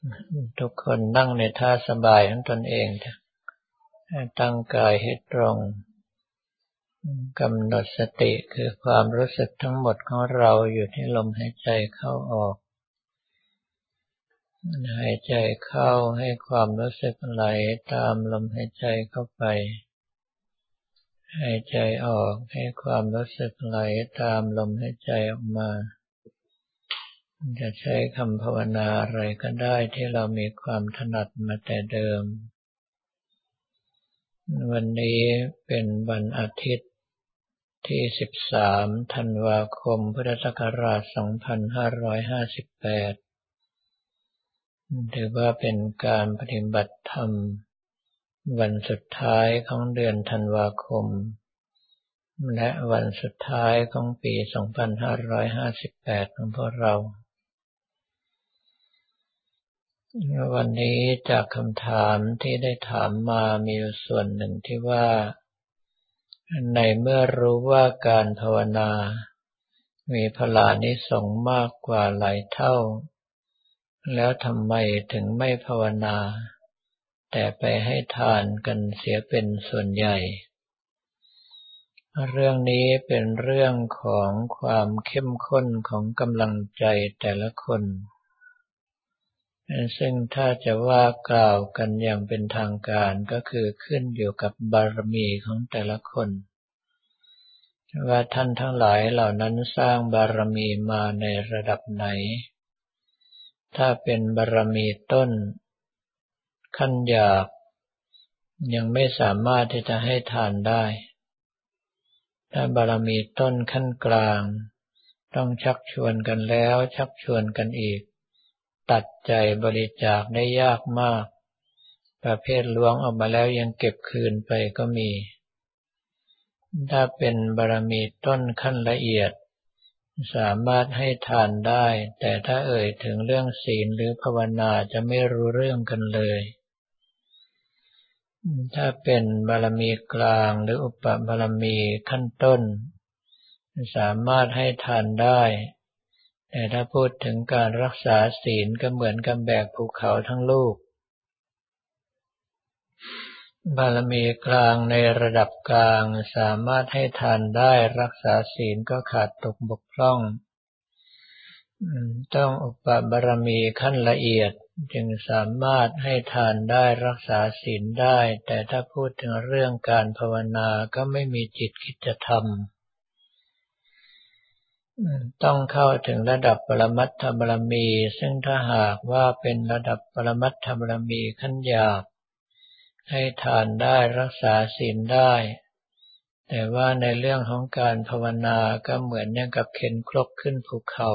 ทุกคนนั่งในท่าสบายของตนเองตั้งกายให้ตรงกำหนดสติคือความรู้สึกทั้งหมดของเราอยู่ที่ลมหายใจเข้าออกหายใจเข้าให้ความรู้สึกไหลตามลมหายใจเข้าไปหายใจออกให้ความรู้สึกไหลตามลมหายใจออกมาจะใช้คำภาวนาอะไรก็ได้ที่เรามีความถนัดมาแต่เดิมวันนี้เป็นวันอาทิตย์ที่13ธันวาคมพุทธศักราช2558ถือว่าเป็นการปฏิบัติธรรมวันสุดท้ายของเดือนธันวาคมและวันสุดท้ายของปี2558ของพวกเราวันนี้จากคำถามที่ได้ถามมามีอยู่ส่วนหนึ่งที่ว่าในเมื่อรู้ว่าการภาวนามีพลานิสงส์มากกว่าหลายเท่าแล้วทำไมถึงไม่ภาวนาแต่ไปให้ทานกันเสียเป็นส่วนใหญ่เรื่องนี้เป็นเรื่องของความเข้มข้นของกำลังใจแต่ละคนซึ่งถ้าจะว่ากล่าวกันอย่างเป็นทางการก็คือขึ้นอยู่กับบารมีของแต่ละคนว่าท่านทั้งหลายเหล่านั้นสร้างบารมีมาในระดับไหนถ้าเป็นบารมีต้นขั้นหยาบยังไม่สามารถที่จะให้ทานได้ถ้าบารมีต้นขั้นกลางต้องชักชวนกันแล้วชักชวนกันอีกตัดใจบริจาคได้ยากมากประเภทล้วงออกมาแล้วยังเก็บคืนไปก็มีถ้าเป็นบารมีต้นขั้นละเอียดสามารถให้ทานได้แต่ถ้าเอ่ยถึงเรื่องศีลหรือภาวนาจะไม่รู้เรื่องกันเลยถ้าเป็นบารมีกลางหรืออุปบารมีขั้นต้นสามารถให้ทานได้แต่ถ้าพูดถึงการรักษาศีลก็เหมือนกับแบกภูเขาทั้งลูกบารมีกลางในระดับกลางสามารถให้ทานได้รักษาศีลก็ขาดตกบกพร่องต้องอุปบารมีขั้นละเอียดจึงสามารถให้ทานได้รักษาศีลได้แต่ถ้าพูดถึงเรื่องการภาวนาก็ไม่มีจิตคิดจะทำต้องเข้าถึงระดับปรมัตถบารมีซึ่งถ้าหากว่าเป็นระดับปรมัตถบารมีขั้นหยาบให้ทานได้รักษาศีลได้แต่ว่าในเรื่องของการภาวนาก็เหมือนอย่างกับเข็นครกขึ้นภูเขา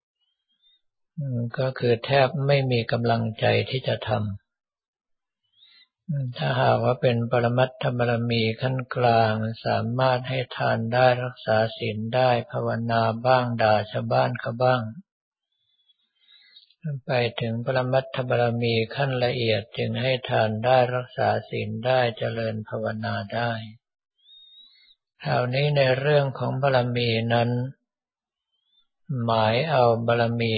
ก็คือแทบไม่มีกำลังใจที่จะทำถ้าหากว่าเป็นปรมัตถบารมีขั้นกลางสามารถให้ทานได้รักษาศีลได้ภาวนาบ้างด่าชาวบ้านเขาบ้างไปถึงปรมัตถบารมีขั้นละเอียดจึงให้ทานได้รักษาศีลได้เจริญภาวนาได้คราวนี้ในเรื่องของบารมีนั้นหมายเอาบารมี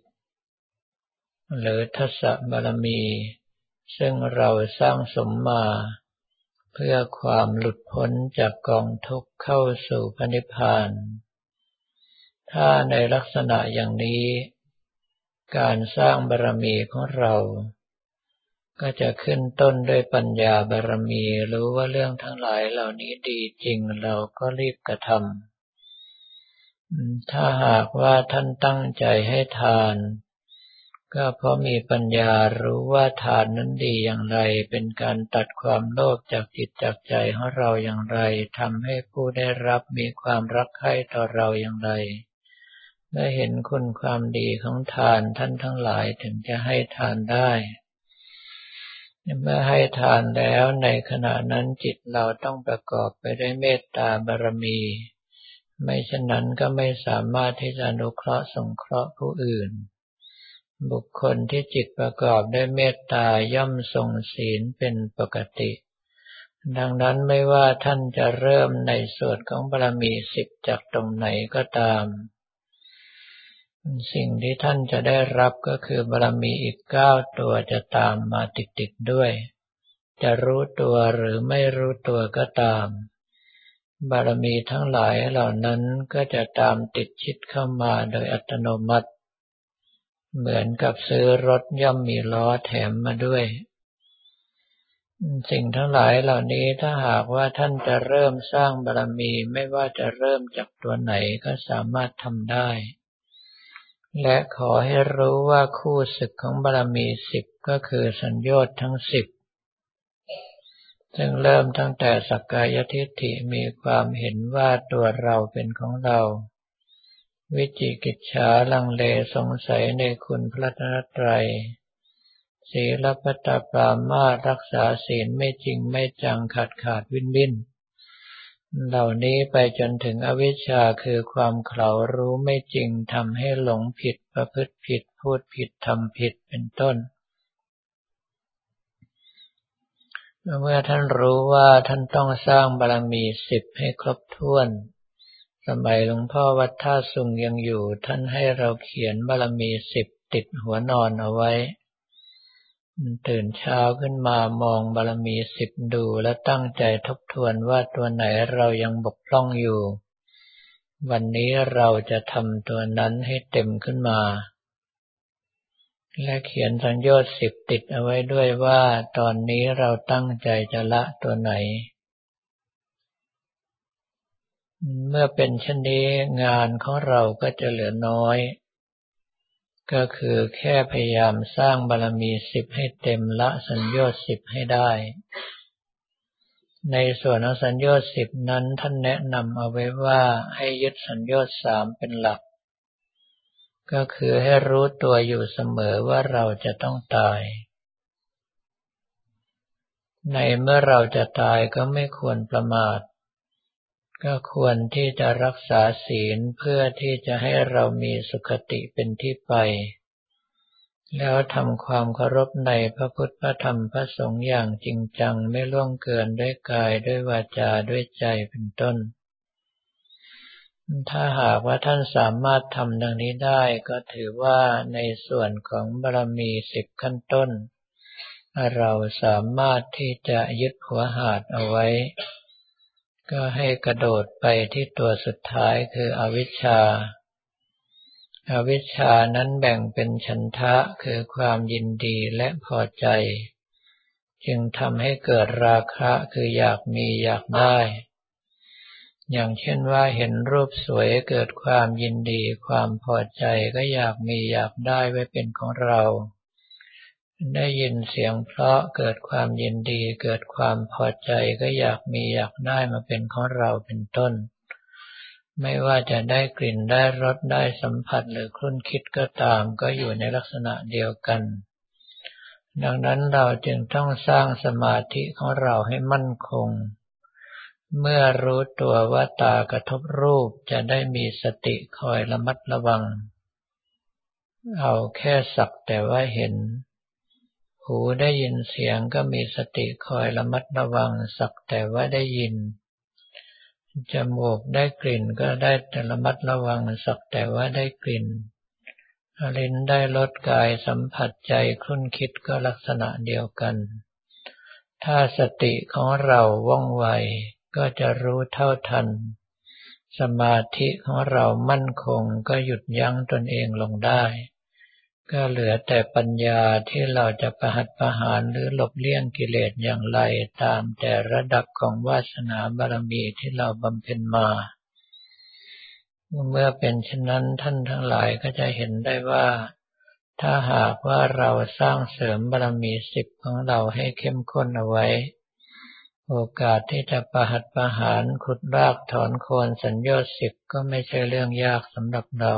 10หรือทัสสะบารมีซึ่งเราสร้างสมมาเพื่อความหลุดพ้นจากกองทุกข์เข้าสู่พระนิพพานถ้าในลักษณะอย่างนี้การสร้างบารมีของเราก็จะขึ้นต้นด้วยปัญญาบารมีรู้ว่าเรื่องทั้งหลายเหล่านี้ดีจริงเราก็รีบกระทำถ้าหากว่าท่านตั้งใจให้ทานก็เพราะมีปัญญารู้ว่าทานนั้นดีอย่างไรเป็นการตัดความโลภจากจิตจากใจของเราอย่างไรทำให้ผู้ได้รับมีความรักใคร่ต่อเราอย่างไรเมื่อเห็นคุณความดีของทานท่านทั้งหลายถึงจะให้ทานได้เมื่อให้ทานแล้วในขณะนั้นจิตเราต้องประกอบไปด้วยเมตตาบารมีไม่เช่นนั้นก็ไม่สามารถที่จะอนุเคราะห์สงเคราะห์ผู้อื่นบุคคลที่จิตประกอบด้วยเมตตาย่อมทรงศีลเป็นปกติดังนั้นไม่ว่าท่านจะเริ่มในส่วนของบารมี10จากตรงไหนก็ตามสิ่งที่ท่านจะได้รับก็คือบารมีอีก9 ตัวจะตามมาติดๆด้วยจะรู้ตัวหรือไม่รู้ตัวก็ตามบารมีทั้งหลายเหล่านั้นก็จะตามติดชิดเข้ามาโดยอัตโนมัติเหมือนกับซื้อรถย่อมมีล้อแถมมาด้วยสิ่งทั้งหลายเหล่านี้ถ้าหากว่าท่านจะเริ่มสร้างบารมีไม่ว่าจะเริ่มจากตัวไหนก็สามารถทำได้และขอให้รู้ว่าคู่ศึกของบารมี10ก็คือสัญโยชน์ทั้ง10ซึ่งเริ่มตั้งแต่สักกายทิฏฐิมีความเห็นว่าตัวเราเป็นของเราวิจิกิจฉาลังเลสงสัยในคุณพระรัตนตรัยศีลพัตตปรามาสรักษาศีลไม่จริงไม่จังขาดวินวินเหล่านี้ไปจนถึงอวิชชาคือความเขลารู้ไม่จริงทำให้หลงผิดประพฤติผิดพูดผิดทำผิดเป็นต้นเมื่อท่านรู้ว่าท่านต้องสร้างบารมี10ให้ครบถ้วนสมัยหลวงพ่อวัดท่าสุงยังอยู่ท่านให้เราเขียนบารมี10ติดหัวนอนเอาไว้ตื่นเช้าขึ้นมามองบารมี10ดูและตั้งใจทบทวนว่าตัวไหนเรายังบกพร่องอยู่วันนี้เราจะทำตัวนั้นให้เต็มขึ้นมาและเขียนสัญโยชน์10ติดเอาไว้ด้วยว่าตอนนี้เราตั้งใจจะละตัวไหนเมื่อเป็นเช่นนี้งานของเราก็จะเหลือน้อยก็คือแค่พยายามสร้างบารมี10ให้เต็มละสัญโยชน์10ให้ได้ในส่วนของสัญโยชน์10นั้นท่านแนะนำเอาไว้ว่าให้ยึดสัญโยชน์3เป็นหลักก็คือให้รู้ตัวอยู่เสมอว่าเราจะต้องตายในเมื่อเราจะตายก็ไม่ควรประมาทก็ควรที่จะรักษาศีลเพื่อที่จะให้เรามีสุขติเป็นที่ไปแล้วทำความเคารพในพระพุทธพระธรรมพระสงฆ์อย่างจริงจังไม่ล่วงเกินด้วยกายด้วยวาจาด้วยใจเป็นต้นถ้าหากว่าท่านสามารถทำดังนี้ได้ก็ถือว่าในส่วนของบารมี10ขั้นต้นเราสามารถที่จะยึดหัวหาดเอาไว้ก็ให้กระโดดไปที่ตัวสุดท้ายคืออวิชชาอวิชชานั้นแบ่งเป็นฉันทะคือความยินดีและพอใจจึงทำให้เกิดราคะคืออยากมีอยากได้อย่างเช่นว่าเห็นรูปสวยเกิดความยินดีความพอใจก็อยากมีอยากได้ไว้เป็นของเราได้ยินเสียงเพราะเกิดความยินดีเกิดความพอใจก็อยากมีอยากได้มาเป็นของเราเป็นต้นไม่ว่าจะได้กลิ่นได้รสได้สัมผัสหรือครุ่นคิดก็ตามก็อยู่ในลักษณะเดียวกันดังนั้นเราจึงต้องสร้างสมาธิของเราให้มั่นคงเมื่อรู้ตัวว่าตากระทบรูปจะได้มีสติคอยระมัดระวังเอาแค่สักแต่ว่าเห็นหูได้ยินเสียงก็มีสติคอยระมัดระวังสักแต่ว่าได้ยินจมูกได้กลิ่นก็ได้แต่ระมัดระวังสักแต่ว่าได้กลิ่นลิ้นได้รสกายสัมผัสใจครุ่นคิดก็ลักษณะเดียวกันถ้าสติของเราว่องไวก็จะรู้เท่าทันสมาธิของเรามั่นคงก็หยุดยั้งตนเองลงได้ก็เหลือแต่ปัญญาที่เราจะประหัตประหารหรือหลบเลี่ยงกิเลสอย่างไรตามแต่ระดับของวาสนาบารมีที่เราบำเพ็ญมาเมื่อเป็นเช่นนั้นท่านทั้งหลายก็จะเห็นได้ว่าถ้าหากว่าเราสร้างเสริมบารมี10ของเราให้เข้มข้นเอาไว้โอกาสที่จะประหัตประหารขุดรากถอนโคนสัญโยชน์10ก็ไม่ใช่เรื่องยากสำหรับเรา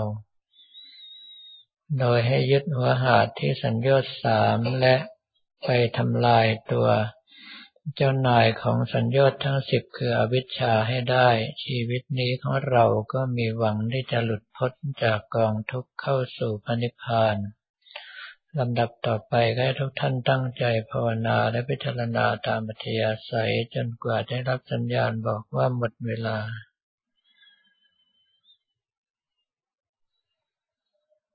โดยให้ยึดหัวหาดที่สัญโยชน์3และไปทำลายตัวเจ้านายของสัญโยชน์ทั้ง10คืออวิชชาให้ได้ชีวิตนี้ของเราก็มีหวังที่จะหลุดพ้นจากกองทุกข์เข้าสู่พระนิพพานลำดับต่อไปให้ทุกท่านตั้งใจภาวนาและพิจารณาตามอัธยาศัยจนกว่าได้รับสัญญาณบอกว่าหมดเวลา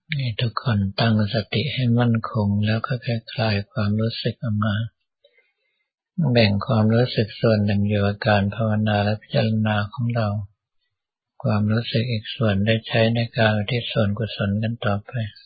ให้ทุกคนตั้งสติให้มั่นคงแล้วก็คลายความรู้สึกออกมาแบ่งความรู้สึกส่วนหนึ่งอยู่กับการภาวนาและพิจารณาของเราความรู้สึกอีกส่วนได้ใช้ในการอุทิศส่วนกุศลกันต่อไป